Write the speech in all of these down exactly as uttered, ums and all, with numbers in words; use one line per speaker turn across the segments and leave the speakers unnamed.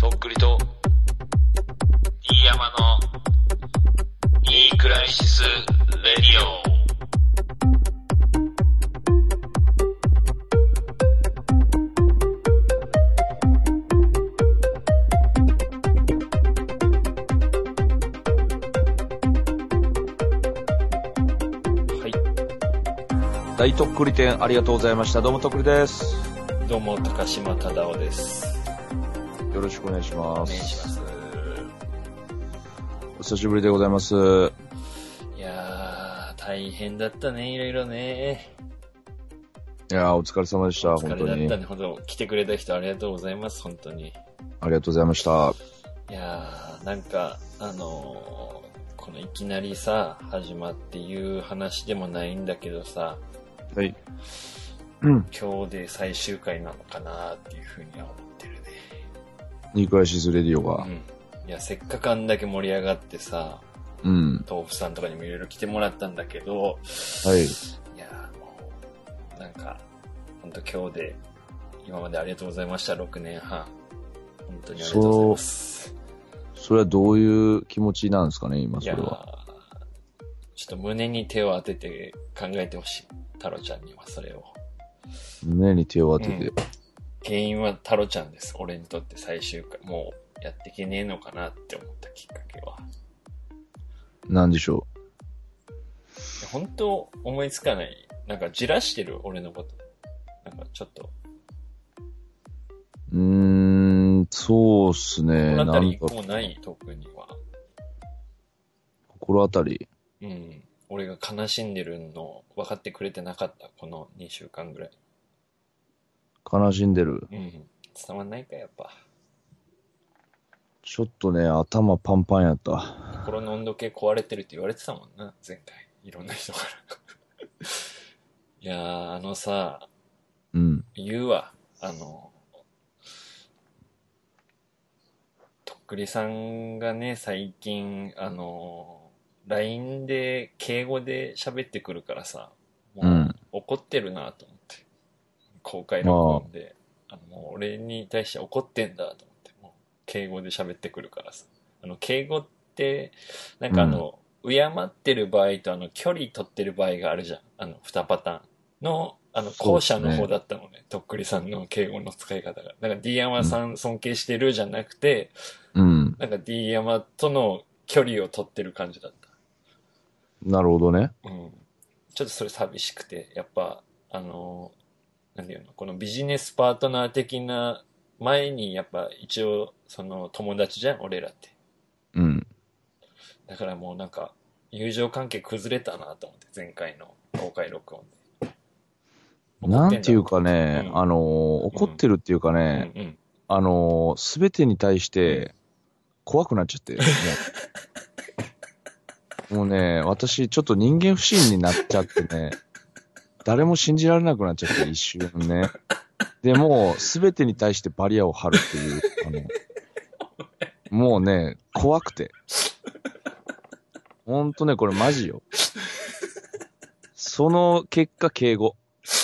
とっくりと、飯山の、いいクライシス・レディオ。
大とっくり店ありがとうございました。どうもとっくりです。
どうも高島忠夫です。
よろしくお願いします。
お願いします。
お久しぶりでございます。
いやー大変だったね、いろいろね。
いやーお疲れ様でした。
お疲れだったね、
本当に。
本当来てくれた人ありがとうございます。本当に
ありがとうございました。
いやーなんかあのー、このいきなりさ始まっていう話でもないんだけどさ、
はい。
うん。今日で最終回なのかなっていうふうには思ってるね。
いいクライシスレディオが。
うん。いや、せっかくあんだけ盛り上がってさ、
うん。
豆腐さんとかにもいろいろ来てもらったんだけど、
はい。
いや、もう、なんか、ほんと今日で、今までありがとうございました、ろくねんはん。本当にありがとうございます。
そ、それはどういう気持ちなんですかね、今それは。いや、
ちょっと胸に手を当てて考えてほしい。タロちゃんにはそれを。
胸に手を当てて、うん。
原因はタロちゃんです。俺にとって最終回。もうやっていけねえのかなって思ったきっかけは。
なんでしょ
う。本当思いつかない。なんかじらしてる俺のこと。なんかちょっと。
うーん、そうっすね。
心当たりもうない特には。
心当たり。
うん。俺が悲しんでるの分かってくれてなかった。このにしゅうかんぐらい。
悲しんでる。
うん。伝わんないか、やっぱ。
ちょっとね、頭パンパンやった。
心の温度計壊れてるって言われてたもんな、前回。いろんな人から。いやー、あのさ、
うん。
言うわ。あの、とっくりさんがね、最近、あの、ライン で敬語で喋ってくるからさ、もう怒ってるなと思って。公開録音で。あの、もう俺に対して怒ってんだと思って。もう敬語で喋ってくるからさ。あの、敬語って、なんかあの、うん、敬ってる場合とあの、距離取ってる場合があるじゃん。あの、にパターンの、あの、後者の方だったのね。ねとっくりさんの敬語の使い方が。なんか D 山さん尊敬してるじゃなくて、
うん。
なんか D 山との距離を取ってる感じだった。
なるほどね。
うん。ちょっとそれ寂しくて、やっぱ、あの、なんていうの、このビジネスパートナー的な前にやっぱ一応その友達じゃん、俺らって。
うん。
だからもうなんか友情関係崩れたなと思って、前回の公開録音で。
なんていうかね、うん、あのー、怒ってるっていうかね、うんうんうん、あのー、すべてに対して怖くなっちゃって、もうもうね、私ちょっと人間不信になっちゃってね、誰も信じられなくなっちゃって一瞬ね。で、もうすべてに対してバリアを張るっていう、あの、もうね、怖くて。ほんとね、これマジよ。その結果敬語。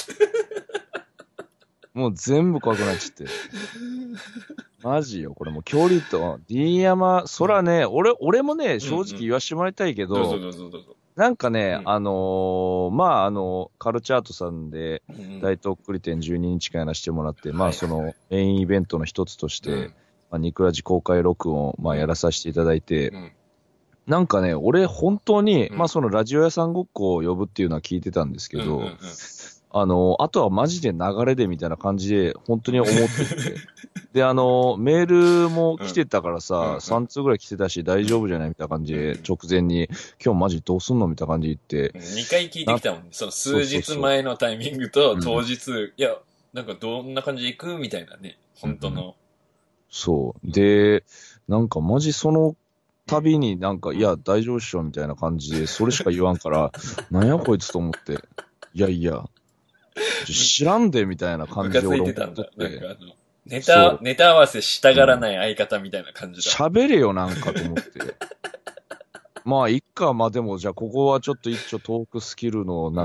もう全部怖くなっちゃって。マジよ、これもう距離と、D 山、そらね、俺、俺もね、正直言わしてもらいたいけど、
どうぞどうぞどうぞ。
なんかね、うん、あのー、まあ、あの、カルチャートさんで、大とっくり店じゅうににちかんやらせてもらって、うん、まあ、その、メインイベントの一つとして、うん、まあ、ニクラジ公開録音を、まあ、やらさせていただいて、うん、なんかね、俺、本当に、うん、まあ、その、ラジオ屋さんごっこを呼ぶっていうのは聞いてたんですけど、うんうんうん、あの、あとはマジで流れでみたいな感じで、本当に思ってて。で、あの、メールも来てたからさ、うんうん、さんつうぐらい来てたし、大丈夫じゃないみたいな感じで、直前に、今日マジどうすんのみたいな感じで言って。
にかい聞いてきたもんね。その数日前のタイミングと当日、そうそうそう、いや、なんかどんな感じで行くみたいなね、本当の。うん、
そう。で、なんかマジその度になんか、いや、大丈夫っしょみたいな感じで、それしか言わんから、なんやこいつと思って、いやいや、知らんでみたいな感じで俺思ってて。
なんかあのネタ、ネタ合わせしたがらない相方みたいな感じだ。
喋、うん、れよなんかと思って。まあ、いっか、まあでも、じゃあここはちょっと一応トークスキルのなんか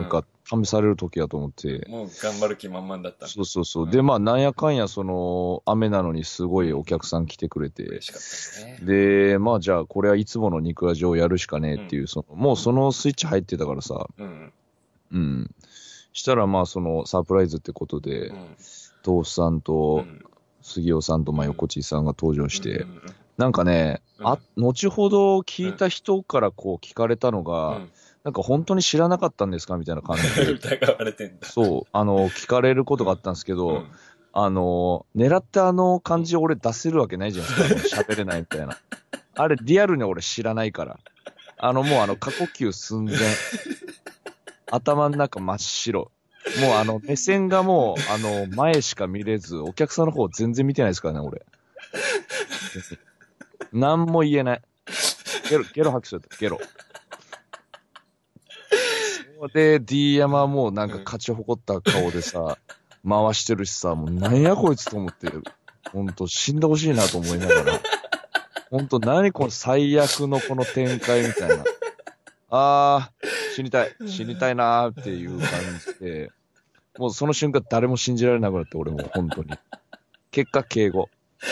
試される時やと思って。
もう頑張る気満々だった。
そうそうそう。うん、で、まあ、なんやかんや、その、雨なのにすごいお客さん来てくれて。
嬉しかったね。
で、まあ、じゃあ、これはいつもの肉味をやるしかねえっていう、うん、その、もうそのスイッチ入ってたからさ。うん。うん。したら、まあ、その、サプライズってことで、うん、豆腐さんと、うん、杉尾さんと、まあ、横地さんが登場して、うんうんうん、なんかね、うん、あ、後ほど聞いた人からこう聞かれたのが、うん、なんか本当に知らなかったんですかみたいな感じで。
疑われてんだ。
そう、あの、聞かれることがあったんですけど、うんうん、あの、狙ってあの感じを俺出せるわけないじゃないですか。喋れないみたいな。あれ、リアルに俺知らないから。あの、もうあの、過呼吸寸前。頭の中真っ白。もうあの、目線がもう、あの、前しか見れず、お客さんの方全然見てないですからね、俺。何も言えない。ゲロ、ゲロ吐きそうやった、ゲロ。で、D 山はもうなんか勝ち誇った顔でさ、うん、回してるしさ、もうなんやこいつと思って、ほんと死んでほしいなと思いながら、ほんと何この最悪のこの展開みたいな。あー、死にたい、死にたいなーっていう感じで、もうその瞬間誰も信じられなくなって、俺も本当に。結果、敬語。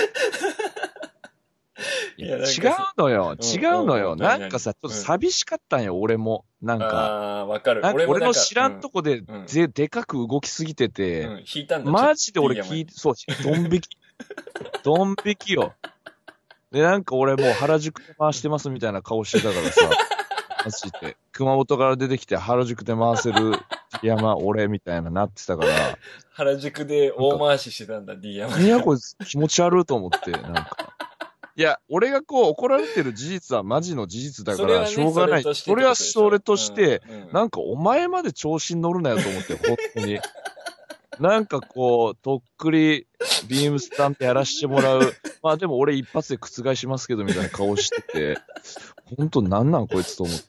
いや違うのよ、違うのよ。うん、なんかさ、ちょっと寂しかったんよ、うん、俺も。なんか。
ああ、わかる。
なんか俺の知らんとこで、うん、で、でかく動きすぎてて、うん、引いたんだマジで俺聞いて、そう、ドン引き。ドン引きよ。で、なんか俺もう原宿で回してますみたいな顔してたからさ、マジで。熊本から出てきて原宿で回せる D 山俺みたいななってたから。
原宿で大回ししてたんだ、D 山。
いや、これ気持ち悪いと思って、なんか。いや、俺がこう怒られてる事実はマジの事実だから、しょうがない。それは、ね、それはそれとして、うんうん、なんかお前まで調子に乗るなよと思って、本当に。なんかこう、とっくりビームスタンってやらしてもらう。まあでも俺一発で覆しますけどみたいな顔してて、本当なんなんこいつと思って。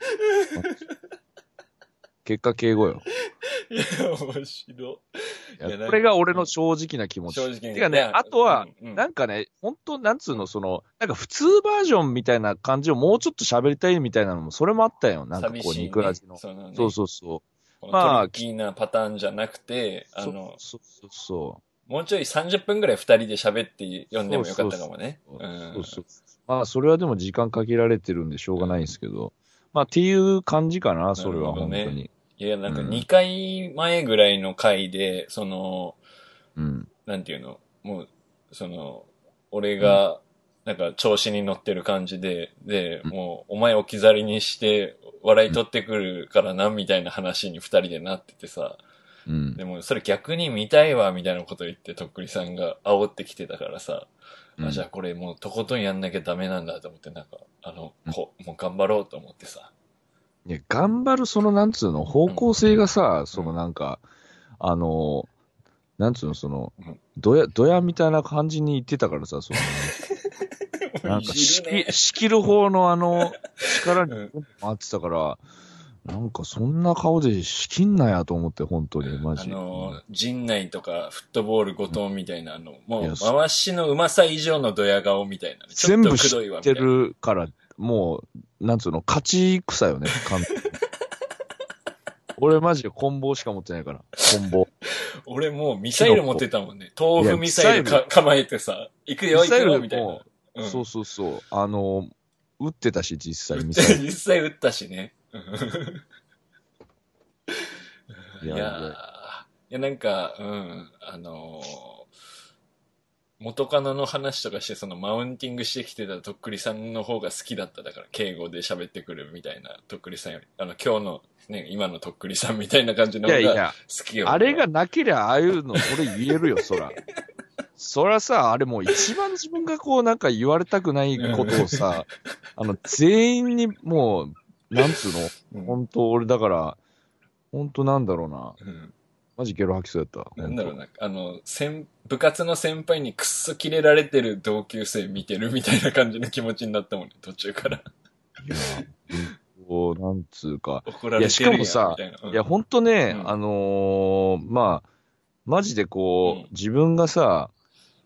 結果敬語よ。
いや、面白
いや。これが俺の正直な気持ち。正直に。てかね、あとは、うんうん、なんかね、本当なんつうの、その、なんか普通バージョンみたいな感じをもうちょっと喋りたいみたいなのも、それもあったよ。なんかこう、肉ラジの。そうね、そうそうそう。
まあ、トリッキーなパターンじゃなくて、あの、
そうそうそう。
もうちょいさんじゅっぷんぐらいふたりで喋って読んでもよかったかもね。
そうそう。まあ、それはでも時間限られてるんでしょうがないんですけど、うん、まあ、っていう感じかな、それは本当に。
いや、なんかにかいまえぐらいの回で、その、うん、なんていうの、もう、その、俺が、なんか調子に乗ってる感じで、で、もう、お前置き去りにして、笑い取ってくるからな、みたいな話に二人でなっててさ、うん、でも、それ逆に見たいわ、みたいなこと言って、とっくりさんが煽ってきてたからさ、うん、あ、じゃあこれもうとことんやんなきゃダメなんだと思って、なんか、あの、こう、もう頑張ろうと思ってさ、
いや、頑張るその、なんつうの、方向性がさ、うん、そのなんか、あの、なんつうの、その、うん、どや、どやみたいな感じに言ってたからさ、その、なんか仕切、ね、仕切る方のあの、力に回ってたから、うん、なんかそんな顔で仕切んなやと思って、本当に、マジ。
あの、陣内とかフットボール後藤みたいな、あの、もう、回しのうまさ以上のドヤ顔みたいな、ね。
全部知ってるから、もう、なんつうの、勝ち草よね、完全に。俺マジで棍棒しか持ってないから、棍棒。
俺もうミサイル持ってたもんね。豆腐ミサイルか構えてさ、行くよ行くよみたいな、
うん。そうそうそう。あの、撃ってたし、実際
ミサイル。実際撃ったしね。いやいや、いやなんか、うん、あのー、元カノの話とかして、そのマウンティングしてきてたとっくりさんの方が好きだった。だから敬語で喋ってくるみたいなとっくりさんより、あの今日のね、今のとっくりさんみたいな感じの方が好きよ。いやいや、
あれがなけりゃああいうの俺言えるよ、そら。そらさ、あれもう一番自分がこうなんか言われたくないことをさ、あの全員にもう、なんつうの、うん、本当俺だから、本当なんだろうな。うんマジゲロ吐きそうやった。
なんだろうな。あの、先、部活の先輩にくっそキレられてる同級生見てるみたいな感じの気持ちになったもんね、途中から。い
や、こう、なんつうか。怒られてるやん。いや、しかもさ、うん、いや、ほんとね、うん、あのー、まあ、マジでこう、うん、自分がさ、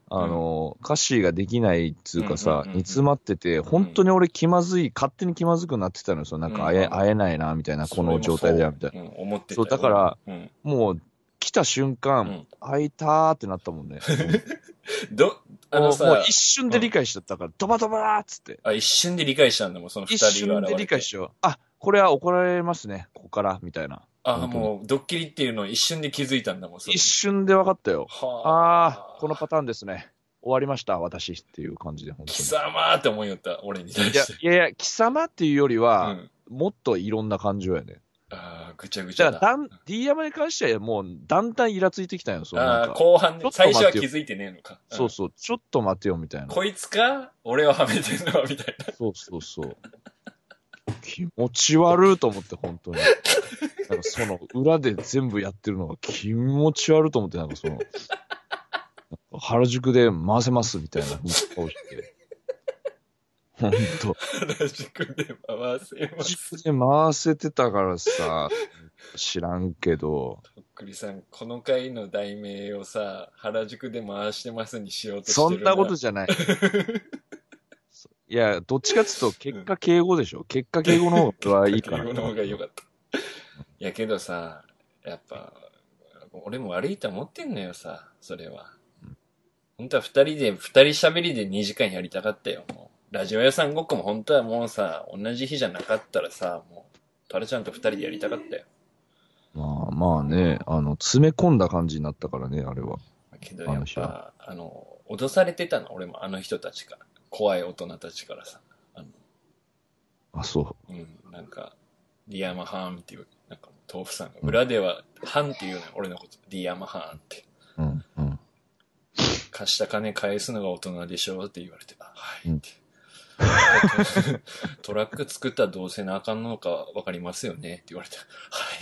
あの、歌詞ができないっつうかさ、
うんうんうんうん
煮詰まってて、本当に俺気まずい、勝手に気まずくなってたのよ。そのなんか会え、
うん
会えないな、みたいな、この状態では、みたいな。
うん、思って
そう、
たよ。
だから、
うん、
もう、来た瞬間、
うん
会いたーってなったもんね。
ど、あの
もう、もう
さ、
一瞬で理解しちゃったから、ドバドバーっつって。
あ、一瞬で理解したんだもん、その二
一
人が
瞬で
現れて。
理解しよう。あ、これは怒られますね、ここから、みたいな。
あ、
本当に。
もう、ドッキリっていうのを一瞬で気づいたんだもん、それ
一瞬で分かったよ。あー、この
はあ。
パターンですね。終わりました、私っていう感じで、本
貴
当に。
様って思いよった、俺に対
いや、
して。
いやいや、貴様っていうよりは、
うん。
もっといろんな感情やね。
ああ、ぐちゃぐちゃだ。
だから、だん、D 山に関してはもう、だんだんイラついてきたよ、そのなん
ああ、
か。
後半ね、
ちょっ
最
と待ってよ。
初は気づいてねえのか。うん、
そうそう、ちょっと待てよ、みたいな。
こいつか俺をはめてんのみたいな。
そうそうそう。気持ち悪いと思って、本当に。なんかその、裏で全部やってるのが気持ち悪いと思って、なんかその、原宿で回せますみたいな顔して。ほんと。
原宿で回せま
原
す。
宿で回せてたからさ、知らんけど。
とっくりさん、この回の題名をさ、原宿で回してますにしようとしてる
そんなことじゃない。いや、どっちかっつうと、結果敬語でしょ。結果敬語の方がいいかな。
敬語の方が良かった。いやけどさ、やっぱ、俺も悪いと思ってんのよさ、それは。本当は二人で、二人喋りでにじかんやりたかったよ、もう。ラジオ屋さんごっこも本当はもうさ、同じ日じゃなかったらさ、もう、タラちゃんと二人でやりたかったよ。
まあまあね、あの、詰め込んだ感じになったからね、あれは。
けどやっぱ、あの、脅されてたの、俺もあの人たちから。怖い大人たちからさ。あの、
あ、そ
うん、なんか、ディアマハーンっていう、なんか豆腐さんが、裏では、ハンっていうのよ、俺のこと。ディアマハーンって。
う。うん、うん。
貸した金返すのが大人でしょって言われて、あ、はいって。トラック作ったらどうせなあかんのかわかりますよねって言われて、はい、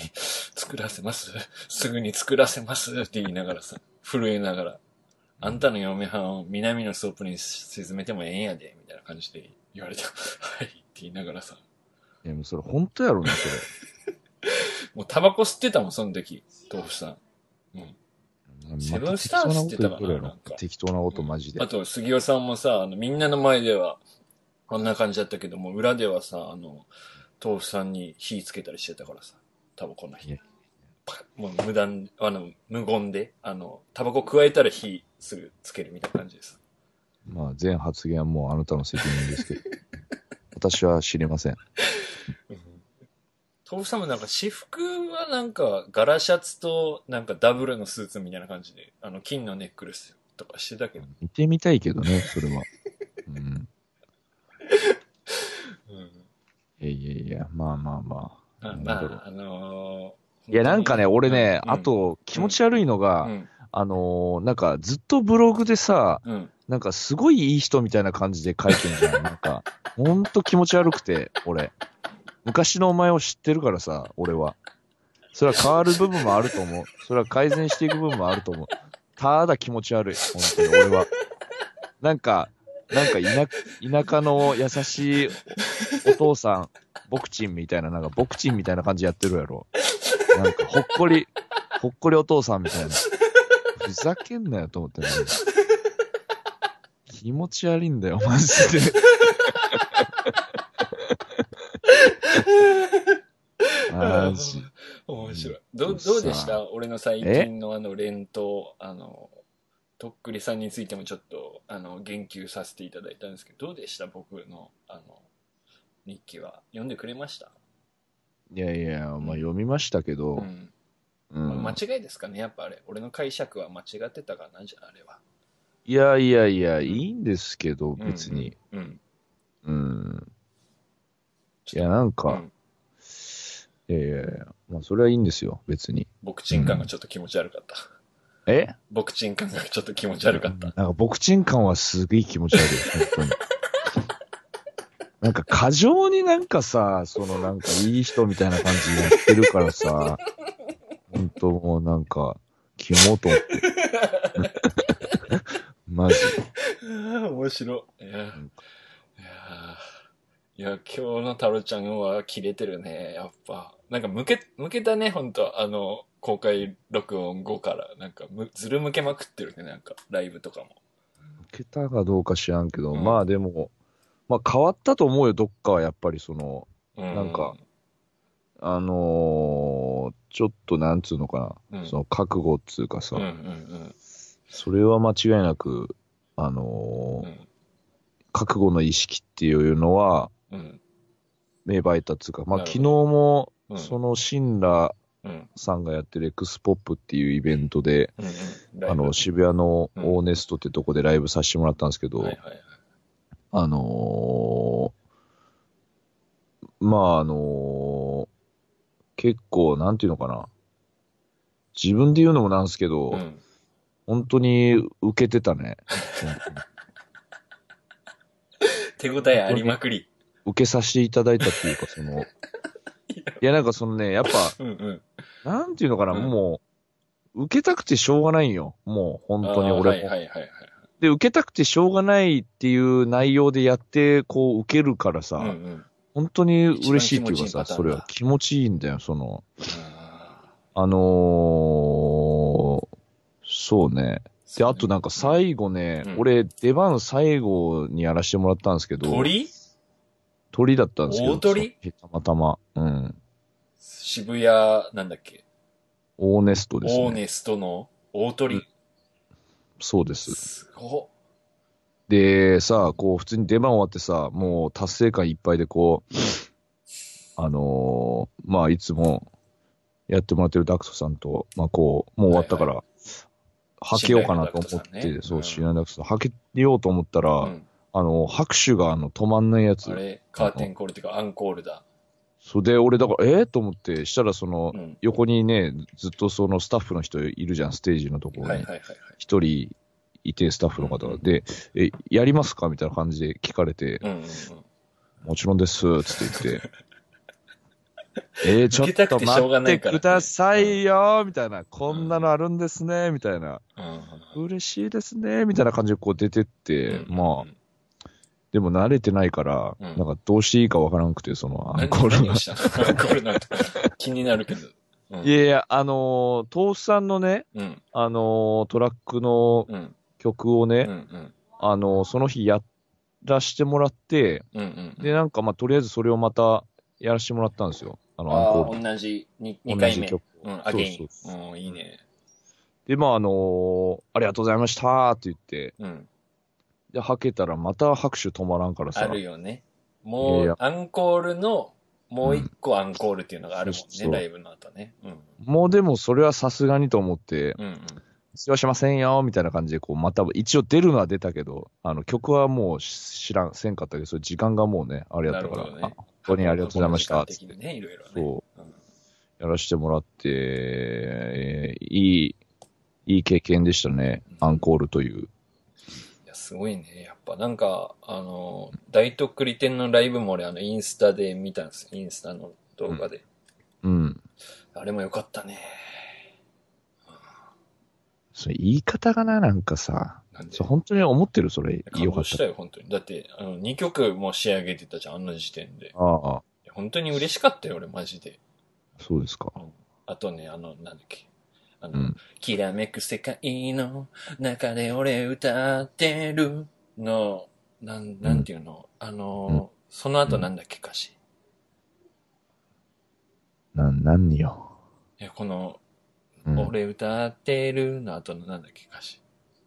作らせますすぐに作らせますって言いながらさ、震えながら、あんたの嫁はんを南のソープに沈めてもええんやで、みたいな感じで言われて、はいって言いながらさ。
いや、もうそれ本当やろな、それ。
もうタバコ吸ってたもん、その時、豆腐さん。うん。セブンスター吸ってたかな、なんか。
適当なことマジで。
うん、あと、杉尾さんもさ、あの、みんなの前では、こんな感じだったけども、裏ではさ、あの、豆腐さんに火つけたりしてたからさ、タバコの火。もう無断、あの、無言で、あの、タバコ加えたら火すぐつけるみたいな感じです。
まあ、全発言はもうあなたの責任ですけど。私は知りません。
うん、豆腐さんもなんか私服はなんか柄シャツとなんかダブルのスーツみたいな感じで、あの金のネックレスとかしてたけど。
見てみたいけどね、それは。うん。うん、いやいやいや、まあまあまあ。
まあ、あの
ー、いやなんかね、俺ね、
うん、
あと気持ち悪いのが、うん、あのー、なんかずっとブログでさ、うん、なんかすごいいい人みたいな感じで書いてんじゃん。なんか、ほんと気持ち悪くて、俺。昔のお前を知ってるからさ、俺は。それは変わる部分もあると思う。それは改善していく部分もあると思う。ただ気持ち悪い。本当に、俺は。なんか、なんか田、田舎の優しい お, お父さん、ボクチンみたいな、なんかボクチンみたいな感じやってるやろ。なんか、ほっこり、ほっこりお父さんみたいな。ふざけんなよと思ってね。気持ち悪いんだよ、マジで。マジ。
面白い。ど、どうでした俺の最近のあの連投、あの、とっくりさんについてもちょっと、あの、言及させていただいたんですけど、どうでした僕の、あの、日記は。読んでくれました？
いやいや、まあ読みましたけど。
うんうん、まあ、間違いですかね、やっぱあれ。俺の解釈は間違ってたかな、じゃああれは。
いやいやいや、いいんですけど、別に。
うん。
うん。うん、いや、なんか、うんいやいやいや、まあそれはいいんですよ、別に。
ボクチン感がちょっと気持ち悪かった。
うん、え
ボクチン感がちょっと気持ち悪かった。
なんかボクチン感はすげえ気持ち悪い、本当に。なんか過剰になんかさ、そのなんかいい人みたいな感じでやってるからさ、本当もうなんか、キモと思って。マジ。
面白い。いや、いやいや、今日のタロちゃんはキレてるね、やっぱ。なんか向け、向けたね、ほんと。あの、公開録音後から。なんかむ、ずる向けまくってるね、なんか、ライブとかも。
けたかどうか知らんけど、
うん、
まあでも、まあ変わったと思うよ、どっかはやっぱりその、
うん、
なんか、あのー、ちょっとなんつうのかな、
うん、
その覚悟っつうかさ、
うん、うん、うん、
それは間違いなく、あのー、
うん、
覚悟の意識っていうのは、
うん、
芽生えたっつうか、まあ昨日
なるほど。
も、
うん、
そのシンラ
うん、
さんがやってるエクスポップっていうイベントで、
うん、うん、ライブ。
あの、渋谷の
うん、
オーネストってとこでライブさせてもらったんですけど、
はいはいはい。
あのー、まああのー、結構、なんていうのかな。自分で言うのもなんですけど、
うん。
本当に受けてたね。本当に。
手応えあ
本当に
りまくり。
受けさせていただいたっていうか、その、いやなんかそのね、やっぱ、
うんうん。
なんていうのかな、
うん。
もう、受けたくてしょうがないんよ。もう、本当に
ああ、
俺も。
はいはいはいはい。
で、受けたくてしょうがないっていう内容でやって、こう、受けるからさ、
うんうん。
本当に
一
嬉
番気持ちいい
しいっていうかさ、それは
パターンだ。
気持ちいいんだよ、その、
ああ、
あのー、そうね。で、
そうね。
あとなんか最後ね、
うん。
俺、出番最後にやらせてもらったんですけど、
鳥
鳥だったんですけど、その
大鳥
日たまたま、うん。
渋谷、なんだっけ
オーネストですね。
オーネストの大
うん、
鳥
そうです。
すごっ。
で、さ、こう、普通に出番終わってさ、
うん。
もう達成感いっぱいでこう、あのーまあ、いつもやってもらってるダクトさんと、まあ、こう、もう終わったから、
はいはい。
はけようかなと思
信頼のダクトさんね。
って、そう、知
うん。
らなくて、はけようと思ったら、
うん。
あの、拍手があの止まんないやつ。
あれ、
あの、
カーテンコールっていうかアンコールだ。
それで俺だから、えー、と思って、したらその、
うん。
横にね、ずっとそのスタッフの人いるじゃん、ステージのところに。
はいはいはいはい。
一人いて、スタッフの方が。
うんうん。
で、え、やりますかみたいな感じで聞かれて、
うんうんうん。
もちろんです、つって言って、えー、ちょっ
受けたく
と待っ
てしょうがないからね。
てくださいよみたいな。こ
うん。
んなのあるんですねみたいな。
うん。
嬉しいですねみたいな感じでこう出てっ
うん。う
て、
ん。
まあ、でも慣れてないから、
うん。うん。
なんかどうしていいかわからなくて、そのアンコ
何、
ールが。
何をしたのアンコールなんて気になるけど。うん。
いやいや、あのー、トースさんのね、
うん。
あのー、トラックの
うん。
曲をね、
うん。うん。
あのー、その日やらしてもらって、
うん。うん。う
で、
ん。
なんかまあ、とりあえずそれをまたやらしてもらったんですよ。あの、アンコー
ああ、
ル。
同じ、に、二回目。
同じ曲を。
うん、ア
そう
ゲイ
そうそう。
ン。うん、いい
うん、
ね。
で、まあ、あのーありがとうございましたって言って、
うん。
で、はけたらまた拍手止まらんから
ある
さ、
よね。
いやいや、
もう、アンコールの、もう一
うん。
個アンコールっていうのがあ
そう
るもんね、ラ
そう。
イブの後ね。うん。
もうでもそれはさすがにと思って、
うんうん。
必要しませんよ、みたいな感じで、こう、また、一応出るのは出たけど、あの、曲はもう知らん、せんかったけど、それ時間がもうね、あれやったから、あ、
なるほどね。
本当にありがとうございました、
箱の時間
つって。
的にね、いろいろね。
そ
うん。い
う、やらせてもらって、えーいい、いい経験でしたね。アンコールという。
や、すごいね。やっぱなんか、あの、大とっくり店のライブも俺、あの、インスタで見たんですよ。インスタの動画で。
うん。
あれもよかったね。
それ言い方がな、なんかさ、
なんで
それ本当に思ってるそれ、よかった。
感動したよ、本当に。だって、あの、にきょくも仕上げてたじゃん、あの時点で。
ああ、
本当に嬉しかったよ、俺、マジで。
そうですか。
うん。あとね、あの、なんだっけ。あの、
うん。
きらめく世界の中で俺歌ってるの、なん、
うん。
なんていうのあ
うん。
の、その
うん。
後なんだっけ、歌詞。
な、何よ。
いや、この、
うん。
俺歌ってるの後のなんだっけ、歌詞。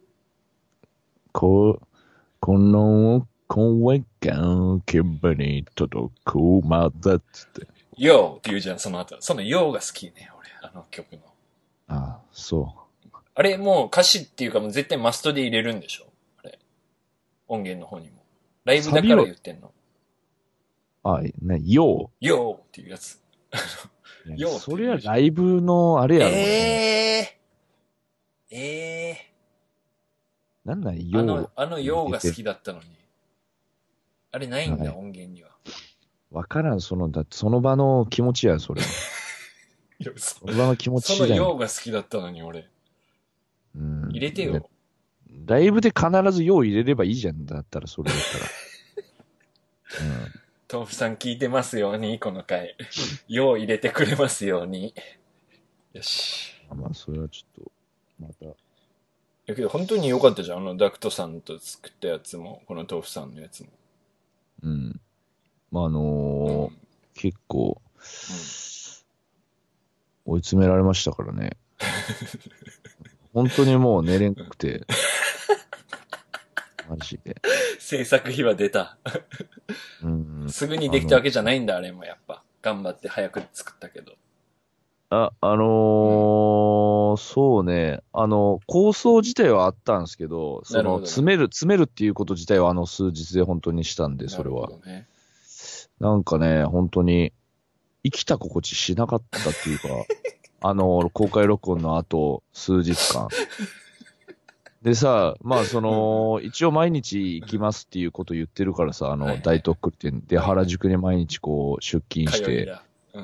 こ、この声が牙に届くまでっつって。
よーって言うじゃん、その後。そのよーが好きね、俺、あの曲の。
ああ、そ
あれ、もう歌詞っていうかもう絶対マストで入れるんでしょあれ。音源の方にも。ラ
う。
イブだから
サビを、
言ってんの。
あ、ね、よ
よーっていうやつ。
う。いや、
よーっ
それは
て言うじゃん。
ライブのあれやろ。その、
えー、え
なんなん、
ー、あの、
よう
あの
入れて。
よーが好きだったのに。あれないんだ、
はい。
音源には。
わからん、その、だってその場の気持ちや、それは。
いや、そ、
その場の気持ち
その
次第や。
よーが好きだったのに、俺。
うん。
入れて
ね、
よ。
ライブで必ずよう入れればいいじゃん。だったら、それだったら。うん。
豆腐さん聞いてますように、この回。よう入れてくれますように。よし。
まあ、それはちょっと、また。
やけど本当に良かったじゃん。あの、ダクトさんと作ったやつも、この豆腐さんのやつも。
うん。まあ、あのーうん、結構、追い詰められましたからね。本当にもう寝れんくて。マジで。
制作費は出た。
うん、
すぐにできたわけじゃないんだ、あれもやっぱ。頑張って早く作ったけど。
あ、あのーうん、そうね。あの、構想自体はあったんですけど、その、詰める、詰めるっていうこと自体はあの数日で本当にしたんで、それは。なるほどね。なんかね、本当に、生きた心地しなかったっていうか、あの、公開録音の後、数日間。でさ、まあその、うん、一応毎日行きますっていうこと言ってるからさ、あの、はいはい、大特区店で原宿に毎日こう出勤して、うん、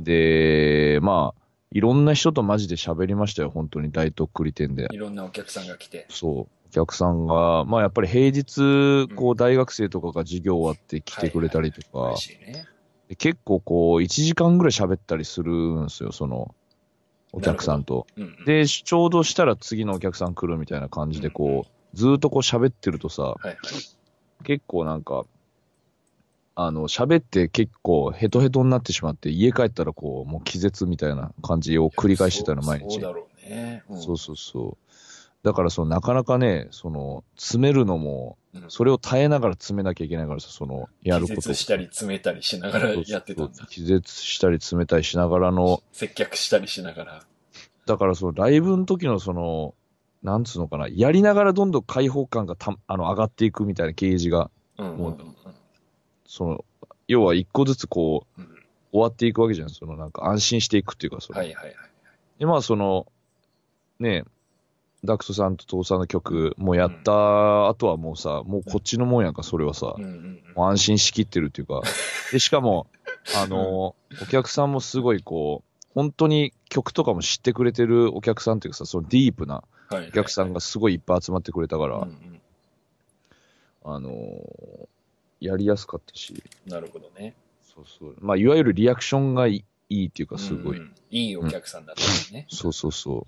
で、まあ、いろんな人とマジで喋りましたよ、本当に大特区店で。
いろんなお客さんが来て。
そう。お客さんが、まあやっぱり平日、こう大学生とかが授業終わって来てくれたりとか、はいはい、ね、で結構こういちじかんぐらい喋ったりするんですよ、その、お客さんと。うんうん、で、ちょうどしたら次のお客さん来るみたいな感じで、こう、うんうん、ずーっとこう喋ってるとさ、はいはい、結構なんか、あの、喋って結構ヘトヘトになってしまって、家帰ったらこう、もう気絶みたいな感じを繰り返してたの、毎日。
そうだろうね。
うん、そうそうそう。だからその、なかなかね、その、詰めるのも、それを耐えながら詰めなきゃいけないからさ、その、やること。
気絶したり詰めたりしながらやってたんだ。
気絶したり詰めたりしながらの。
接客したりしながら。
だからその、ライブの時のその、なんつうのかな、やりながらどんどん開放感がたあの上がっていくみたいなゲージが、うんうんうん、もう、その、要は一個ずつこう、うん、終わっていくわけじゃん。そのなんか安心していくっていうか、その。はいはいはい。で、まあその、ね、ダクトさんとトーさんの曲もやった後はもうさ、もうこっちのもんやんか、それはさ、うんうんうん、もう安心しきってるっていうか。で、しかも、あの、お客さんもすごいこう、本当に曲とかも知ってくれてるお客さんっていうかさ、そのディープなお客さんがすごいいっぱい集まってくれたから、はいはいはい、あのー、やりやすかったし。
なるほどね。
そうそう。まあ、いわゆるリアクションがいいっていうか、すごい、うんうん。
いいお客さんだったね、
うん。そうそうそう。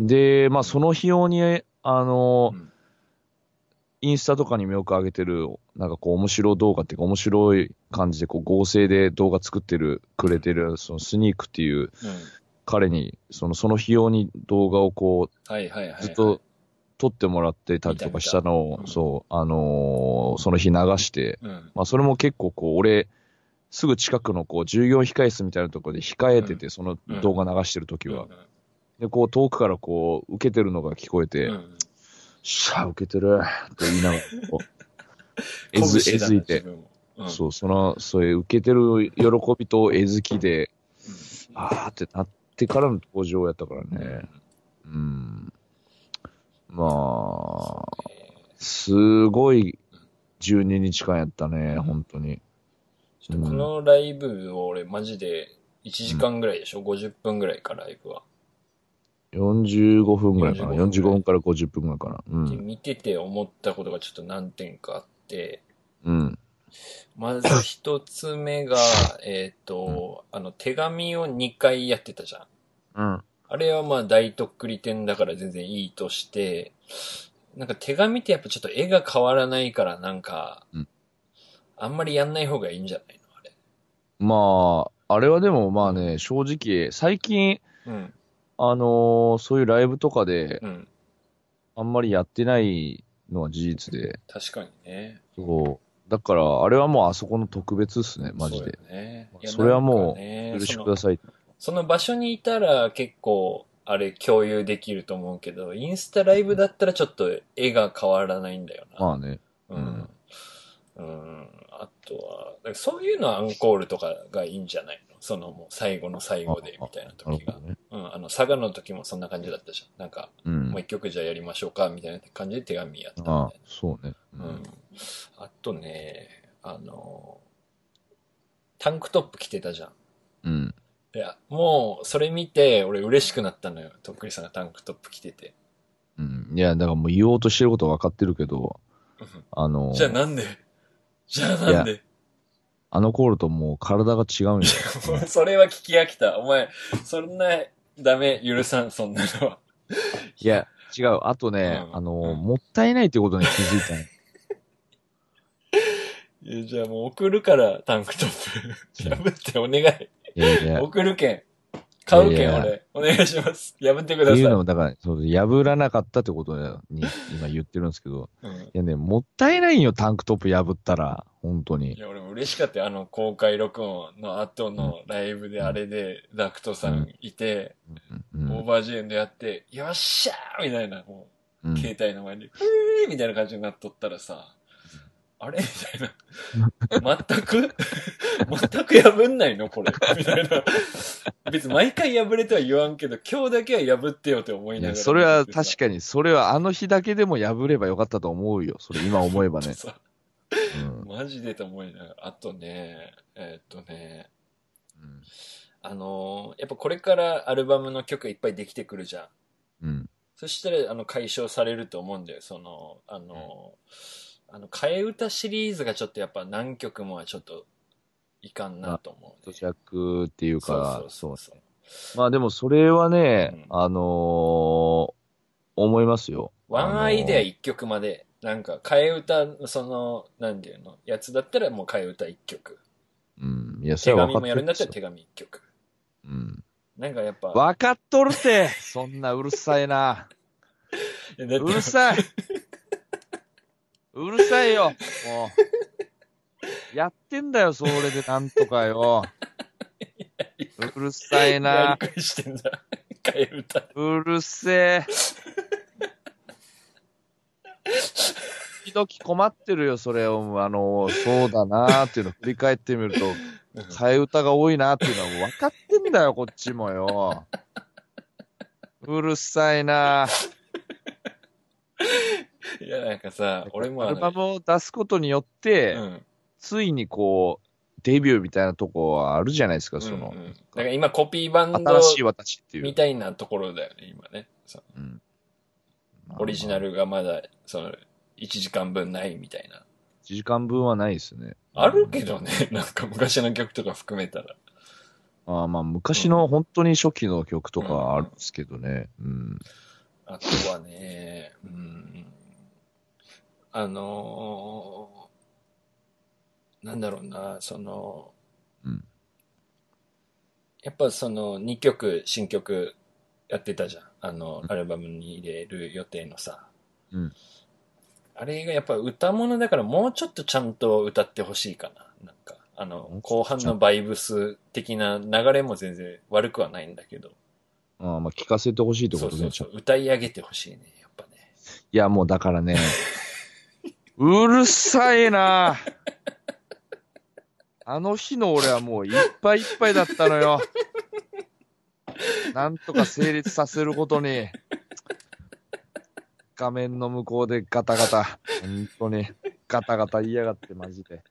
で、まあ、その日用に、あのー、うん、インスタとかにもよく上げてる、なんかこう面白動画っていうか面白い感じでこう合成で動画作ってる、くれてる、そのスニークっていう、うん、彼に、その、その日用に動画をこう、はいはいはいはい、ずっと撮ってもらってたりとかしたのを、うん、そう、あのー、その日流して、うん、まあそれも結構こう、俺、すぐ近くのこう、従業控え室みたいなところで控えてて、うん、その動画流してるときは、うん。で、こう遠くからこう、受けてるのが聞こえて、うん、しゃあ、受けてるって言いながら、こう、えず、えずいて、うん、そう、その、そういう受けてる喜びとえずきで、うん、あーってなってからの登場やったからね。うん。うん、まあ、すごいじゅうににちかんやったね、うん、本当に。
このライブを俺マジでいちじかんぐらいでしょ、うん、ごじゅっぷんぐらいかライブは。
よんじゅうごふんぐらいかな。よんじゅうごふんからごじゅっぷんぐらいかな。うん。
見てて思ったことがちょっと何点かあって、
うん。
まず一つ目が、えっと、うん、あの、手紙をにかいやってたじゃん。うん。あれはまあ大とっくり点だから全然いいとして、なんか手紙ってやっぱちょっと絵が変わらないからなんか、うん、あんまりやんない方がいいんじゃないのあれ。
まあ、あれはでもまあね、うん、正直、最近、うん、あのー、そういうライブとかで、うん、あんまりやってないのは事実で。
確かにね。
そう。だから、あれはもうあそこの特別っすね、マジで。そうね、それはもう、許しください。
その場所にいたら結構、あれ共有できると思うけど、インスタライブだったらちょっと絵が変わらないんだよな。
まあね。
うん。うん。あとは、そういうのはアンコールとかがいいんじゃないの？そのもう最後の最後でみたいな時が。ね、うん。あの、佐賀の時もそんな感じだったじゃん。なんか、うん、もう一曲じゃやりましょうかみたいな感じで手紙やったみたいな。ああ、
そうね。
うん。うん、あとね、あの、タンクトップ着てたじゃん。うん。いや、もう、それ見て、俺嬉しくなったのよ。とっくりさんがタンクトップ着てて。
うん。いや、だからもう言おうとしてることは分かってるけど、あのー、
じゃあなんでじゃあなんで
あの頃ともう体が違うんよ。
それは聞き飽きた。お前、そんな、ダメ、許さん、そんなのは。
いや、 違う。あとね、
うん
あの、
うん
もったいないってことに気づいたね。
いやじゃあもう送るから、タンクトップ。破ってお願い。
いやいや、っ
送るけん。買うけん
いやいや
俺。お願いします。破ってください。
ていうのも、だから、そう破らなかったってことに今言ってるんですけど、
うん。
いやね、もったいないんよ、タンクトップ破ったら。本当に。
いや、俺も嬉しかったよ。あの、公開録音の後のライブであれで、ダクトさんいて、
うんうん
オーバージェンでやって、よっしゃーみたいな、もう、
うん
携帯の前に、ふーみたいな感じになっとったらさ、あれみたいな。全く全く破んないのこれ。みたいな。別に毎回破れとは言わんけど、今日だけは破ってよって思い
いや、
ながら。
それは確かに、それはあの日だけでも破ればよかったと思うよ。それ今思えばね。うん
マジでと思いながら。あとね、えーっとね、
うん
あのーやっぱこれからアルバムの曲いっぱいできてくるじゃん。
うん。
そしたら、あの、解消されると思うんだよ。その、あのーあの、替え歌シリーズがちょっとやっぱ何曲もはちょっといかんなと思う、ね。
咀嚼っていうか、
そうそうそう
そうまあでもそれはね、
うん
あのー思いますよ。
ワンアイデア
あのー
一曲まで、なんか、替え歌、その、なんていうの、やつだったらもう替え歌一曲。
うん。いや、そ
手
れは分か
紙もやるんだ
ってるんですよ。
ったら手紙一曲。
うん。
なんかやっぱ、
分かっとるってそんなうるさいな。
いやだって
うるさいうるさいよもう。やってんだよ、それでなんとかよ。うるさい
や
な。
り返してんだ。替え歌。
うるせえ。時々困ってるよ、それを。あの、そうだなーっていうのを振り返ってみると、替え歌が多いなっていうのは分かってんだよ、こっちもよ。うるさいな。
いや、なんかさ、俺も
ア
あの、
ルバムを出すことによって、
うん。
ついにこう、デビューみたいなとこはあるじゃないですか、その。
うんうん、だから今コピーバンド
新しい私っていう。
みたいなところだよね、今ね。その
うん
オリジナルがまだ、その、いちじかんぶんないみたいな。
いちじかんぶんはないですね。
あるけどね、なんか昔の曲とか含めたら。
あまあ、昔の本当に初期の曲とかはあるんですけどね。うん。
あとはね、うん、あのー、なんだろうな、その、
うん。
やっぱそのにきょく新曲やってたじゃん。あの、アルバムに入れる予定のさ。
うん。
あれがやっぱ歌物だからもうちょっとちゃんと歌ってほしいかな。なんか、あの、後半のバイブス的な流れも全然悪くはないんだけど。
ああまあ、聞かせてほしいってことね。
そうそうそう。歌い上げてほしいね、やっぱね。
いや、もうだからね、うるさいな。あの日の俺はもういっぱいいっぱいだったのよ。なんとか成立させることに。画面の向こうでガタガタ。本当に。ガタガタ言いやがってマジで。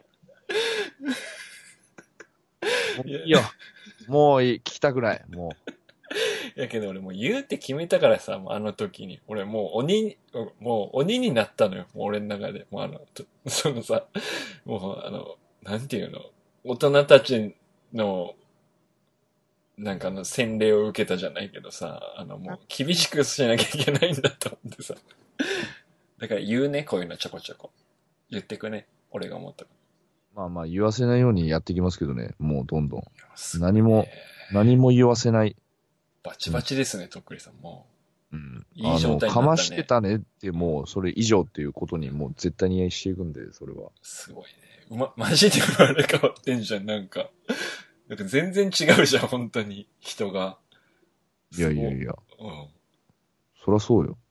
もういいよ。もういい。聞きたくない。も
う。やけど俺もう言うって決めたからさ、もうあの時に。俺もう鬼、もう鬼になったのよ。もう俺の中で。もうあの、そのさ、もうあの、なんていうの、大人たちの、なんかあの洗礼を受けたじゃないけどさ、あのもう厳しくしなきゃいけないんだと思ってさ。だから言うね、こういうのちょこちょこ。言ってくね、俺が思った。
まあまあ言わせないようにやってきますけどね。もうどんどん。
ね、
何も、何も言わせない。
バチバチですね、うん、とっくりさん。も
う。うん。
いい状態になったね。
かましてたねって、もうそれ以上っていうことにもう絶対にしていくんで、それは。
すごいね。うま、マジで生まれ変わってんじゃん、なんか。なんか全然違うじゃん、本当に。人が。
いやいやいや。
うん。
そらそうよ。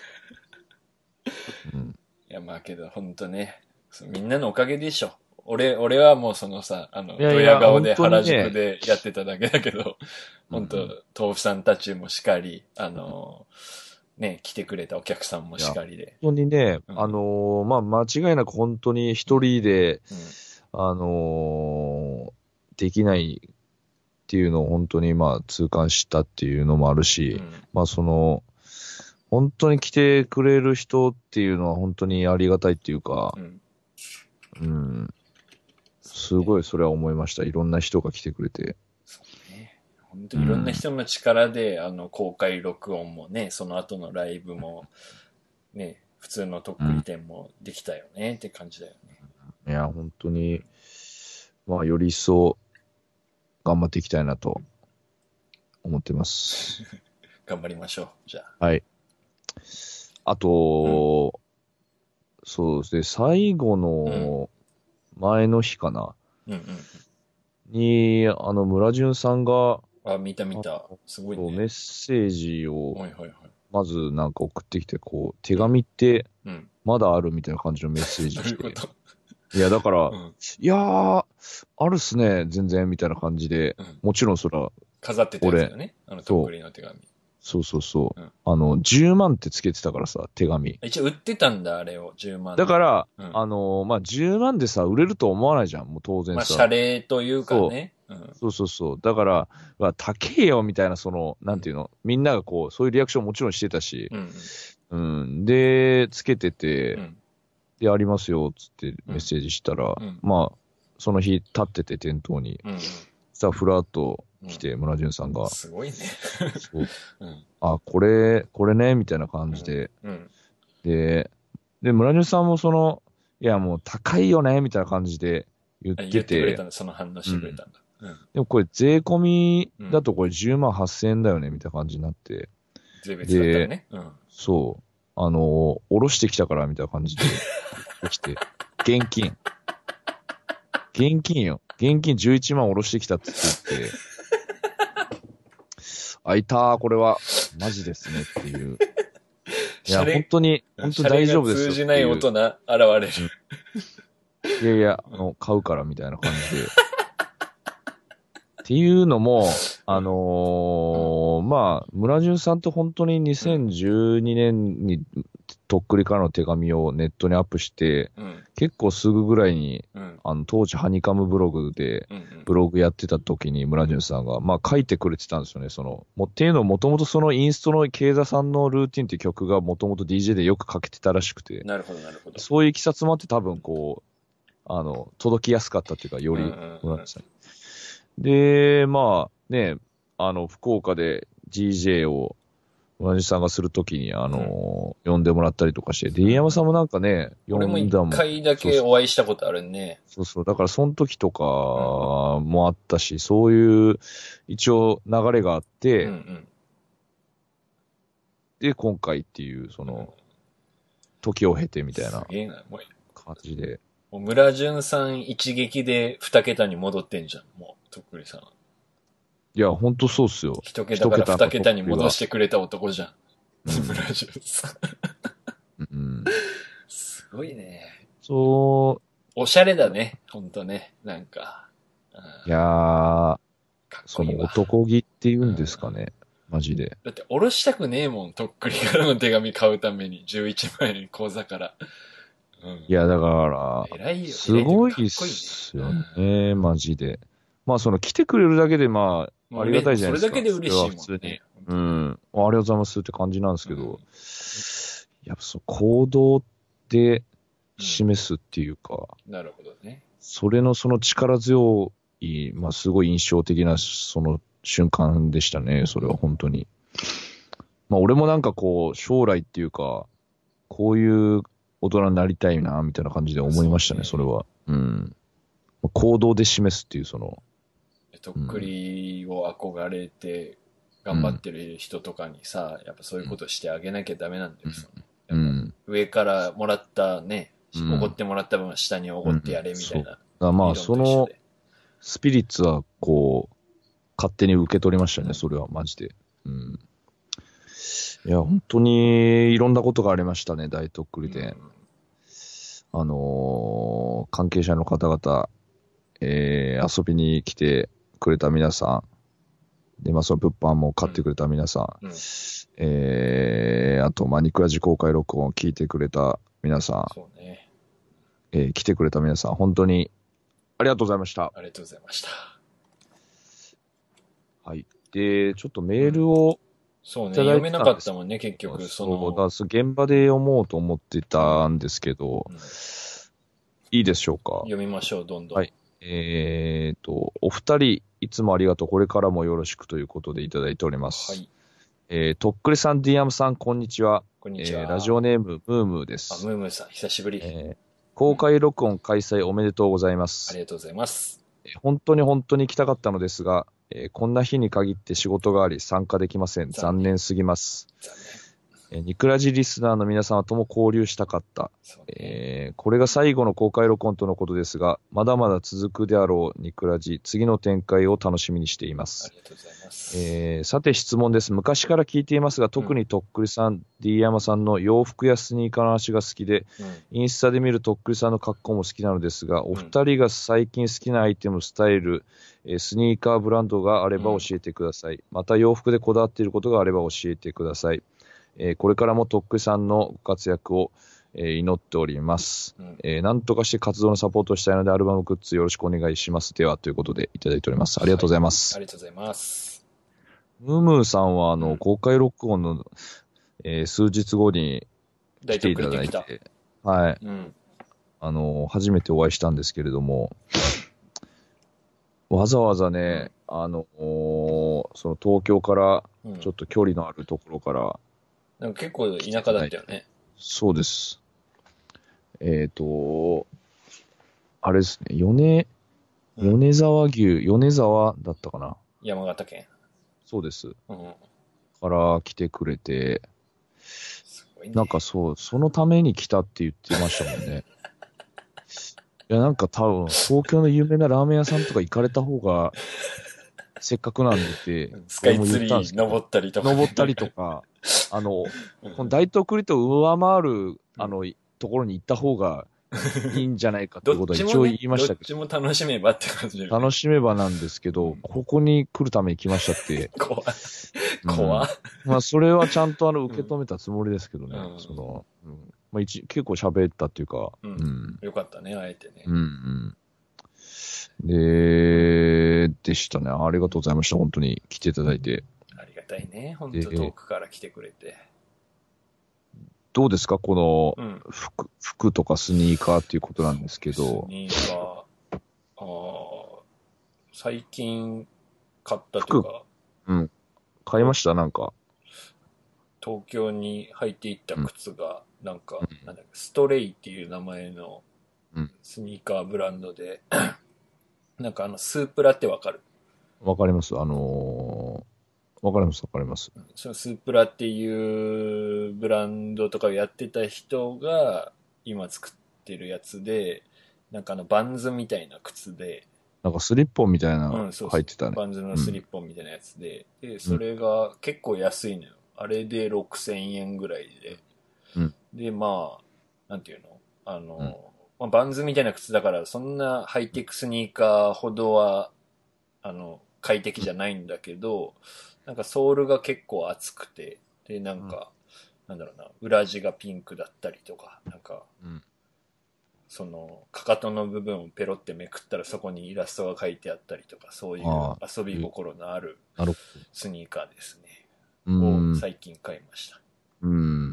うん。
いや、まあけど、本当ね。みんなのおかげでしょ。俺、俺はもうそのさ、あの、ドヤ顔で原宿でやってただけだけど、本当、ね、豆腐さんたちもしかり、あの、ね、来てくれたお客さんもしかりで。
本当にね、うん、あのー、まあ、間違いなく本当に一人で、うん、あのー、できないっていうのを本当にまあ痛感したっていうのもあるし、うん、まあその、本当に来てくれる人っていうのは本当にありがたいっていうか、うん、うん、すごいそれは思いました。いろんな人が来てくれて。
そうね。 本当にいろんな人の力で、うん、あの、公開録音もね、その後のライブも、ね、普通のとっくり展もできたよね、うん、って感じだよね。
いや、本当に、まあ、より一層、頑張っていきたいなと、思ってます。
頑張りましょう、じゃ
あ。はい。あと、うん、そうですね、最後の、前の日かな。うんうんうん、に、あの、村淳さんが、
あ、見た見た。すごいね。
メッセージを、はいはいはい、まずなんか送ってきて、こう、手紙って、まだあるみたいな感じのメッセージ来て。いや、だから、うん、いやー、あるっすね、全然、みたいな感じで、うん、もちろんそら、
飾ってたやつだよね。あの、とっくりの手紙。
そうそうそう。うん、あの、じゅうまんってつけてたからさ、手紙。
一応売ってたんだ、あれを、じゅうまん。
だから、うん、あのー、まあ、じゅうまんでさ、売れると思わないじゃん、もう当然さ。
まあ、謝礼というかね。
そう,、うん、そうそうそう。だから、まあ、高えよ、みたいな、その、なんていうの、うん、みんながこう、そういうリアクションもちろんしてたし、うんうんうん、で、つけてて、うん、で、ありますよ、つってメッセージしたら、うん、まあ、その日立ってて店頭に、うん、さあ、ふらっと来て、村淳さんが。
すごいね。
そう。うん、あ、これ、これね、みたいな感じで。うんうん、で、で、村淳さんもその、いや、もう高いよね、みたいな感じで言ってて。
言ってくれたんだ、その反応してくれたんだ。
うんうん、でもこれ税込みだとこれじゅうまんはっせんえんだよね、みたいな感じになって。
税別だったらね。うん、
そう。あの、おろしてきたから、みたいな感じで。来て。現金。現金よ。現金じゅういちまんおろしてきたって言って。あ、いたー、これは。マジですねっていう。いや、本当に、本当に大丈夫ですよ。
通じない大人現れる。うん、
いやいや、あの、買うからみたいな感じで。っていうのも、あのーうん、まあ、村淳さんと本当ににせんじゅうにねんにとっくりからの手紙をネットにアップして、うん、結構すぐぐらいに、うん、あの、当時ハニカムブログで、ブログやってた時に村淳さんが、まあ書いてくれてたんですよね、その、もっていうのもともとそのインストのケイザさんのルーティンっていう曲がもともと ディージェー でよくかけてたらしくて、
なるほどなるほど。
そういういきさつもあって多分こう、あの、届きやすかったっていうか、より、うんうんうん、で、まあね、あの、福岡で ディージェー を、村淳さんがするときに、あの、うん、呼んでもらったりとかして、で、飯山さんもなんかね、
呼んだもん。俺も一回だけお会いしたことあるね。
そうそう。だからその時とかもあったし、うん、そういう、一応流れがあって、うんうん、で、今回っていう、その、時を経てみたいな感じで。
もう村淳さん一撃で二桁に戻ってんじゃん、もう、とっくりさん。
いや、ほんとそうっすよ。
一桁から二桁に戻してくれた男じゃん。うん、村淳さん、うん。すごいね。
そう。
おしゃれだね、ほんとね。なんか。
いやー、その男気って言うんですかね。マジで。
だって、おろしたくねえもん、とっくりからの手紙買うために、じゅういちまんえん口座から。
うん、いや、だから、偉いよ、すごいっすよね、マジで。まあ、その来てくれるだけで、まあ、ありがたいじゃないですか。
それだけで嬉しいもんね。
普通に。うん。ありがとうございますって感じなんですけど、うん、やっぱその行動で示すっていうか、
うん、なるほどね。
それのその力強い、まあ、すごい印象的な、その瞬間でしたね、それは本当に。まあ、俺もなんかこう、将来っていうか、こういう大人になりたいな、みたいな感じで思いましたね、それは。うん。行動で示すっていう、その。
とっくりを憧れて頑張ってる人とかにさ、うん、やっぱそういうことしてあげなきゃダメなんだよ、うん、上からもらったね、おご、うん、ってもらった分は下におごってやれみたいな。
うん、まあ、その、スピリッツは、こう、勝手に受け取りましたね、それは、マジで。うん。いや、本当に、いろんなことがありましたね、大とっくりで。うん、あのー、関係者の方々、えー、遊びに来てくれた皆さん、で、まあ、その物販も買ってくれた皆さん、うんうん、えー、あと、まあ、ニクラジ公開録音を聞いてくれた皆さん、そうね。えー、来てくれた皆さん、本当に、ありがとうございました。
ありがとうございました。
はい。で、ちょっとメールを、うん、
そうね、読めなかったもんね、結局。
そのそうだ、現場で読もうと思ってたんですけど、うん、いいでしょうか。
読みましょう、どんどん。
はい。 えーと、お二人、いつもありがとう。これからもよろしくということでいただいております。はい。えー、とっくりさん、ディアムさん、こんにちは。
こんにちは。
えー、ラジオネーム、ムームーです。
あ、ムームーさん、久しぶり。
えー、公開録音開催おめでとうございます。
ありがとうございます。
本当に本当に行きたかったのですが、えー、こんな日に限って仕事があり参加できません。残念すぎます。残念。えー、ニクラジリスナーの皆様とも交流したかった。ねえー、これが最後の公開録音とのことですが、まだまだ続くであろうニクラジ、次の展開を楽しみにしています。
ありがとうございます。
えー、さて質問です。昔から聞いていますが、特にとっくりさん、うん、D 山さんの洋服やスニーカーの話が好きで、うん、インスタで見るとっくりさんの格好も好きなのですが、お二人が最近好きなアイテム、スタイル、えー、スニーカーブランドがあれば教えてください。うん、また洋服でこだわっていることがあれば教えてください。えー、これからもとっくりさんのご活躍を、えー、祈っております、うんえー。なんとかして活動のサポートをしたいので、アルバムグッズよろしくお願いします。では、ということでいただいております。ありがとうございます。
はい、ありがとうございます。
ムームーさんは、あの、うん、公開録音の、えー、数日後に来ていただいて、はい、うん。あの、初めてお会いしたんですけれども、わざわざね、うん、あの、その東京から、ちょっと距離のあるところから、うん
なんか結構田舎だったよね。
そうです。えっ、ー、と、あれですね、米、米沢牛、うん、米沢だったかな。
山形県。
そうです。うん、から来てくれて、すごいね、なんかそう、そのために来たって言ってましたもんね。いや、なんか多分、東京の有名なラーメン屋さんとか行かれた方が、せっかくなんでって、
スカイツリー登ったりとか、
ね。登ったりとか、あの、この大東区と上回る、あの、ところに行った方がいいんじゃないかってことは一応言いましたけど。
どっちも楽しめばって感じで、
ね。楽しめばなんですけど、ここに来るために来ましたって。
怖い。怖い。
まあ、それはちゃんとあの、受け止めたつもりですけどね。うん、その、うん、まあ、一、結構喋ったっていうか、
うん。うん、よかったね、あえてね。
うん、うん。で、でしたね。ありがとうございました。本当に来ていただいて。
ありがたいね。本当遠くから来てくれて。
どうですかこの服、うん、服とかスニーカーっていうことなんですけど。
スニーカー。あ最近買ったというか。
うん。買いましたなんか。
東京に履いていった靴が、うん、なんか、うん、なんだっけ、ストレイっていう名前のスニーカーブランドで、うん、なんかあの、スープラってわかる？
わかります。あのー、わかりますわかります。
そのスープラっていうブランドとかをやってた人が今作ってるやつで、なんかあのバンズみたいな靴で、
なんかスリッポンみたいなの入ってたね、うん、
バンズのスリッポンみたいなやつで、うん、で、それが結構安いのよ。あれでろくせんえんぐらいで。うん、で、まあ、なんていうのあの、うんまあ、バンズみたいな靴だから、そんなハイテクスニーカーほどは、あの、快適じゃないんだけど、なんかソールが結構厚くて、で、なんか、うん、なんだろうな、裏地がピンクだったりとか、なんか、うん、その、かかとの部分をペロってめくったらそこにイラストが描いてあったりとか、そういう遊び心のあるスニーカーですね。を最近買いました。
うん。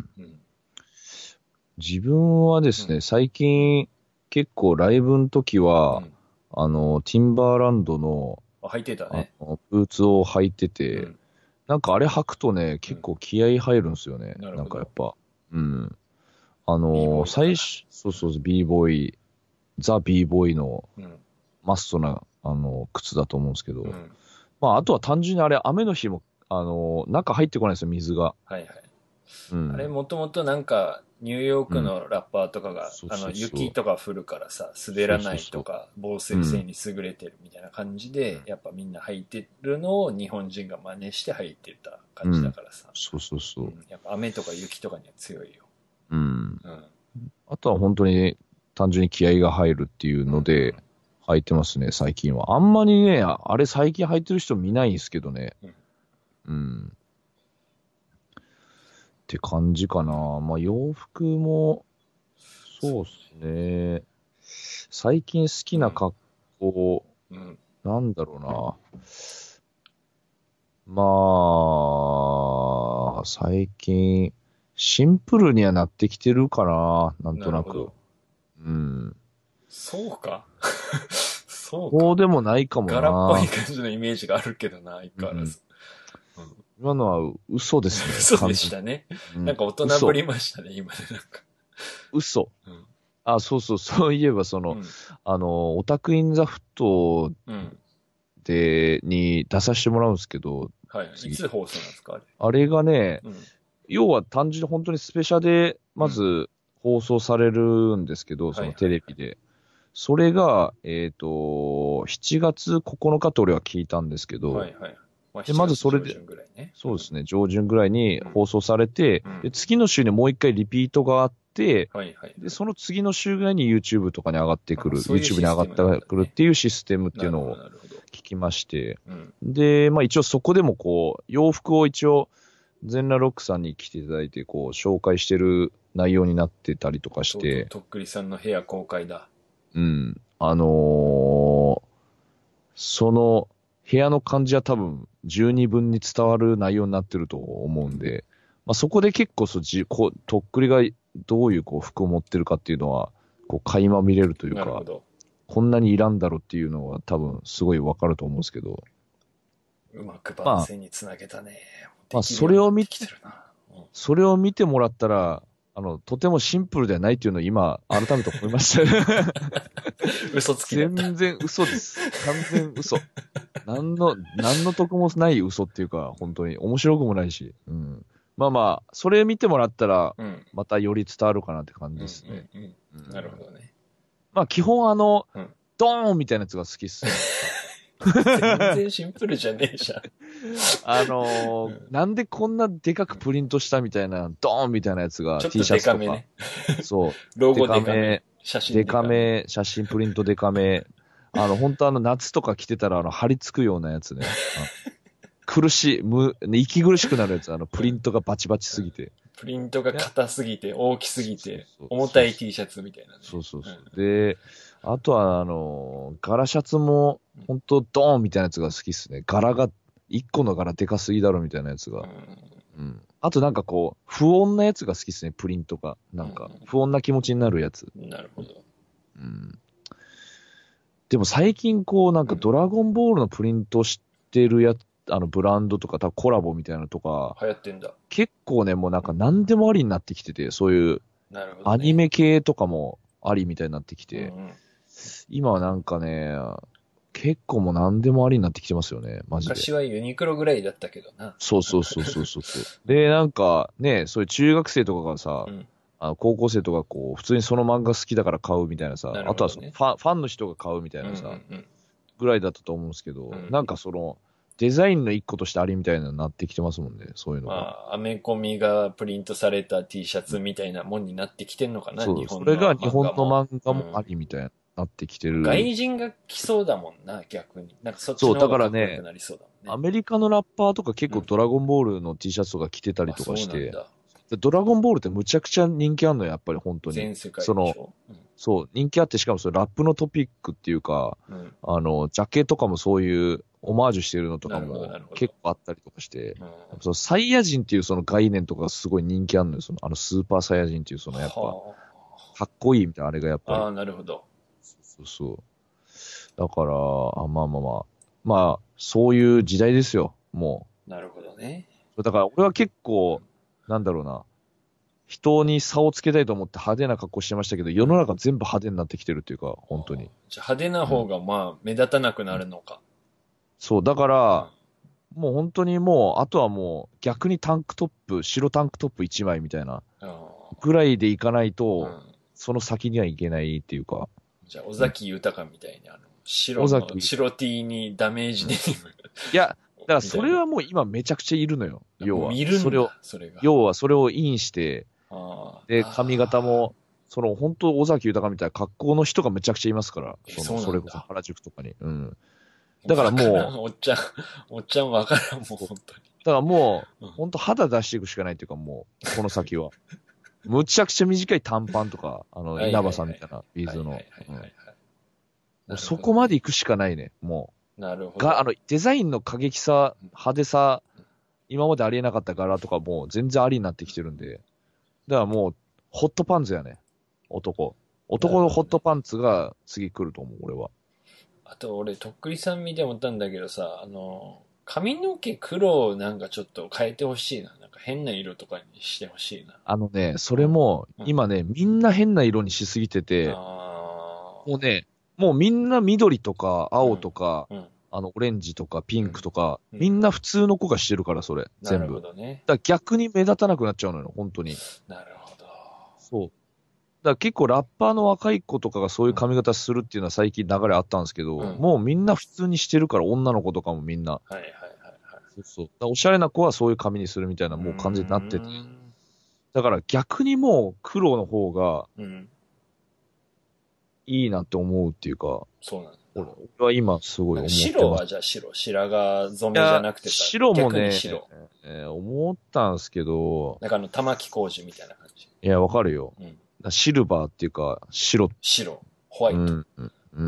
うん、自分はですね、うん、最近結構ライブの時は、うん、あの、ティンバーランドの、
履いてたね。
ブーツを履いてて、うん、なんかあれ履くとね、結構気合入るんですよね。うん、ななんかやっぱ。うん。あのー、最初、そうそうそう、b ボーイ、ザ・ b ボーイのマストな、あのー、靴だと思うんですけど、うん、まあ、あとは単純にあれ、雨の日も、あのー、中入ってこないですよ、水が。
はいはい。うん、あれ、もともとなんか、ニューヨークのラッパーとかが、うん、あの、雪とか降るからさ、滑らないとか、防水性に優れてるみたいな感じで、うん、やっぱみんな履いてるのを日本人が真似して履いてた感じだからさ。うん、
そうそうそう、うん。
やっぱ雨とか雪とかには強いよ。
うん。うん、あとは本当に単純に気合が入るっていうので、履いてますね、最近は。あんまりね、あれ最近履いてる人見ないんですけどね。うん。うんって感じかな。まあ洋服も、そうっすね。最近好きな格好、うんうん、なんだろうな。まあ、最近、シンプルにはなってきてるかな。なんとなく。うん。
そうかそうか。
そうでもないかもな。
柄っぽい感じのイメージがあるけどな、相変わらず。
うんうん、今のは嘘ですね。
嘘でしたね。うん、なんか大人ぶりましたね、今でなんか。
嘘。
うん、
あ、そうそう、そういえばその、うん、あの、オタクインザフットで、うん、に出させてもらうんですけど。
はい。いつ放送なんですかあれ。
あれがね、うん、要は単純に本当にスペシャで、まず放送されるんですけど、うん、そのテレビで。はいはいはい、それが、えっと、しちがつここのかって俺は聞いたんですけど、はいはい。まあ、でまずそれで、ね、そうですね、上旬ぐらいに放送されて、うん、で次の週にもう一回リピートがあって、はいはいはい、でその次の週ぐらいに YouTube とかに上がってくる、YouTube に上がってくるっていうシステムっていうのを聞きまして、うん、で、まあ一応そこでもこう、洋服を一応、全裸ロックさんに来ていただいて、こう、紹介してる内容になってたりとかして。
とっくりさんの部屋公開だ。
うん。あのー、その部屋の感じは多分十二分に伝わる内容になってると思うんで、まあ、そこで結構そじこうとっくりがどういうこう服を持ってるかっていうのはこう垣間見れるというか、こんなにいらんだろうっていうのは多分すごいわかると思うんですけど。
うまく番宣につなげたね。
まあ、まあ、それを見て、それを見てもらったら、あの、とてもシンプルではないっていうのを今、改めて思いました。
嘘つきだった。
全然嘘です。完全嘘。何の、何の得もない嘘っていうか、本当に面白くもないし。うん。まあまあ、それ見てもらったら、またより伝わるかなって感じですね。
うんうんうんうん、なるほどね。
まあ基本あの、うん、ドーンみたいなやつが好きっすね。
全然シンプルじゃねえじゃん。
あのーうん、なんでこんなでかくプリントしたみたいな、ドーンみたいなやつが T シャツとか。ね、そう。
ロゴデカめ。写真
デカめ、写真プリントデカめ。あの、本当あの、夏とか着てたら、あの、張り付くようなやつね。苦しい、む、息苦しくなるやつ、あの、プリントがバチバチすぎて。
プリントが硬すぎて、大きすぎて、重たい T シャツみたいな、ね。
そうそうそう。うん、で、あとは、あの、柄シャツも、本当ドーンみたいなやつが好きっすね。柄が、一個の柄でかすぎだろみたいなやつが。うん。うん、あとなんかこう、不穏なやつが好きっすね、プリントが。なんか、不穏な気持ちになるやつ。
なるほど。
うん。でも最近こう、なんかドラゴンボールのプリントしてるやつ、あのブランドとか、多分コラボみたいなのとか、
流行ってんだ。
結構ね、もうなんか何でもありになってきてて、そういう、アニメ系とかもありみたいになってきて、うんうん、今はなんかね、結構もう何でもありになってきてますよね、マジで。
昔はユニクロぐらいだったけどな。
そうそうそうそうそう。で、なんかね、そういう中学生とかがさ、うん、あの高校生とかこう、普通にその漫画好きだから買うみたいなさ、な、ね、あとはそのファンファンの人が買うみたいなさ、うんうんうん、ぐらいだったと思うんですけど、うん、なんかその、デザインの一個としてありみたいなのになってきてますもんね、そういうのが。
まあ、アメコミがプリントされた T シャツみたいなもんになってきてんのかな、
そう、
日本の
それが日本の漫画もありみたいな、なってきてる。
外人が来そうだもんな、逆に。なんかそっちの方がかっこよくなりそうだもんね。
そう、だからね、アメリカのラッパーとか結構ドラゴンボールの T シャツとか着てたりとかして、うん、そうなんだ。ドラゴンボールってむちゃくちゃ人気あるのよ、やっぱり本当に。
全世界でしょ。その、
うん、そう、人気あって、しかもそれラップのトピックっていうか、うん、あの、ジャケとかもそういうオマージュしてるのとかも結構あったりとかして、うん、そのサイヤ人っていうその概念とかがすごい人気あるのよ、その、あのスーパーサイヤ人っていうそのやっぱ、かっこいいみたいなあれがやっぱり。
ああ、なるほど。
そうそう。だから、あまあまあまあ、まあ、そういう時代ですよ、も
う。なるほどね。
だから俺は結構、なんだろうな、人に差をつけたいと思って派手な格好してましたけど、世の中全部派手になってきてるっていうか、本当に。
じゃあ派手な方がまあ、目立たなくなるのか。うん、
そう、だから、うん、もう本当にもう、あとはもう逆にタンクトップ、白タンクトップいちまいみたいな、ぐらいでいかないと、うん、その先にはいけないっていうか。
じゃあ、尾崎豊みたいに、あの、白の、白 T にダメージデニム。
いや、だからそれはもう今めちゃくちゃいるのよ。要は。
いるんだ、
それを、
それが。
要はそれをインして、で、髪型も、その本当尾崎豊みたいな格好の人がめちゃくちゃいますから。その、それこそ原宿とかに。うん。だからもう。
おっちゃん、おっちゃんわからん、もう本当に。だ
からもう、うん、本当肌出していくしかないっていうかもう、この先は。むちゃくちゃ短い短パンとか、あの、稲葉さんみたいな、ビーズの。そこまで行くしかないね、も
う。なるほど。
が、あの、デザインの過激さ、派手さ、今までありえなかった柄とかも全然ありになってきてるんで。だからもう、ホットパンツやね。男。男のホットパンツが次来ると思う、俺は。
あと俺、とっくりさん見て思ったんだけどさ、あの、髪の毛黒をなんかちょっと変えてほしいな。なんか変な色とかにしてほしいな。
あのね、それも、
うん、
今ね、みんな変な色にしすぎてて、
あ
もうね、もうみんな緑とか
あ、
青とか、
うん、うん、
あの、オレンジとかピンクとか、
うん
みんな普通の子がしてるから、それ、
なる
全部。
ほどね。
だから逆に目立たなくなっちゃうのよ、本当に。
なるほど。
そう。だから結構ラッパーの若い子とかがそういう髪型するっていうのは最近流れあったんですけど、
うん
もうみんな普通にしてるから、女の子とかもみんな。
はいはいはいはい。
そうそう。だからおしゃれな子はそういう髪にするみたいなもう感じになってて。
うーん
だから逆にもう黒の方が
うん。
いいなって思うっていうか、
そうなんだ。
俺俺は今すごい
なんか
思ってます。
白はじゃあ白。白髪染めじゃなくてさ、
白もね、
逆に白。
えー思ったんですけど、
なんかあの、玉木浩二みたいな感じ。
いや、わかるよ。
うん。
シルバーっていうか、白。
白。ホワイト。
うん、うん、うん。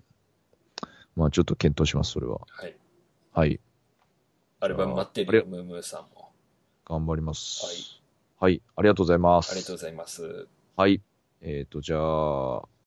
まあちょっと検討します、それは。
はい。
はい。
アルバム待ってるよ、ムームーさんも。
頑張ります。
はい。
はい。ありがとうございます。
ありがとうございます。
はい。えっ、ー、と、じゃあ、